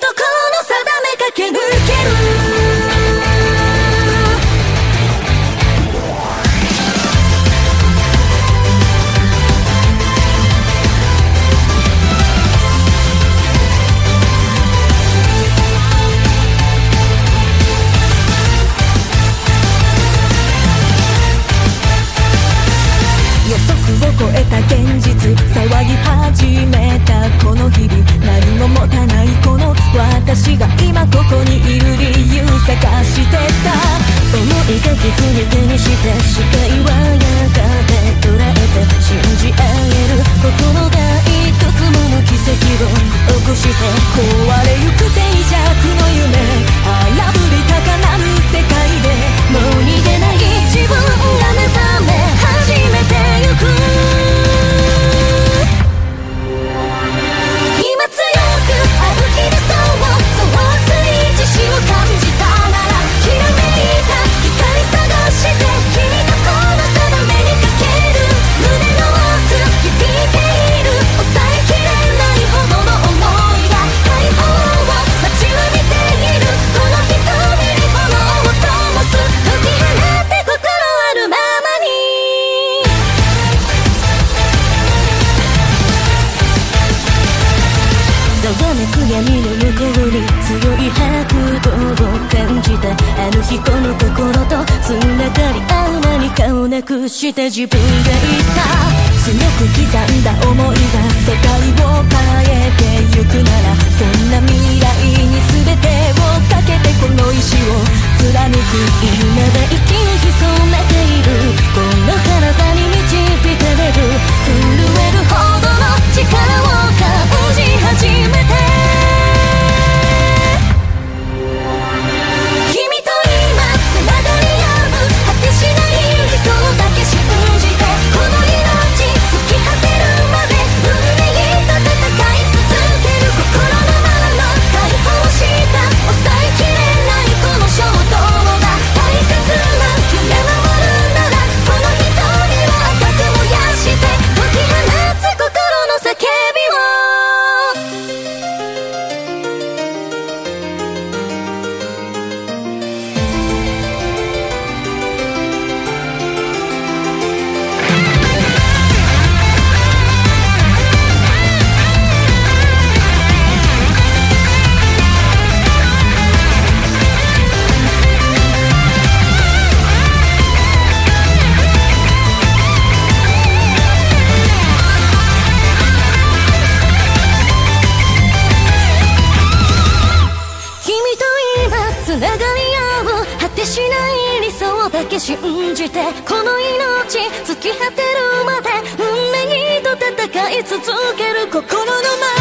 とこの定め駆け抜ける予測を超えた現実騒ぎ始めたこの日々何も持たないこの私が今ここにいる理由探してた思いが傷に手にして視界はやがて捉えて信じ合える心がいくつもの奇跡を起こして壊れゆく静寂の夢荒ぶり高鳴る世界でもう逃げない自分が目覚め始めてゆく今強く歩き出そう強い自信を感じたならひらめいた光探して君とこの定めにかける胸の奥響いている抑えきれないほどの想いが解放を待ちわびているこの瞳に炎を灯す解き放って心あるままにざわめく闇の向こうに強い拍動を感じたあの日この心と繋がり合う何かをなくして自分がいた強く刻んだ想いが世界を変えてゆくならそんな未来に全てをかけてこの意志を貫く今だ息を潜めているこの体に導かれる震えるほどの力を感じ始めて君と今つながり合う果てしない理想だけ信じてこの命尽き果てるまで運命と戦い続ける心のまま解放した抑えきれないこの衝動が大切な夢守るならこの瞳を赤く燃やして解き放つ心の叫びをつながり合う果てしない理想だけ信じてこの命尽き果てるまで運命と戦い続ける心のまま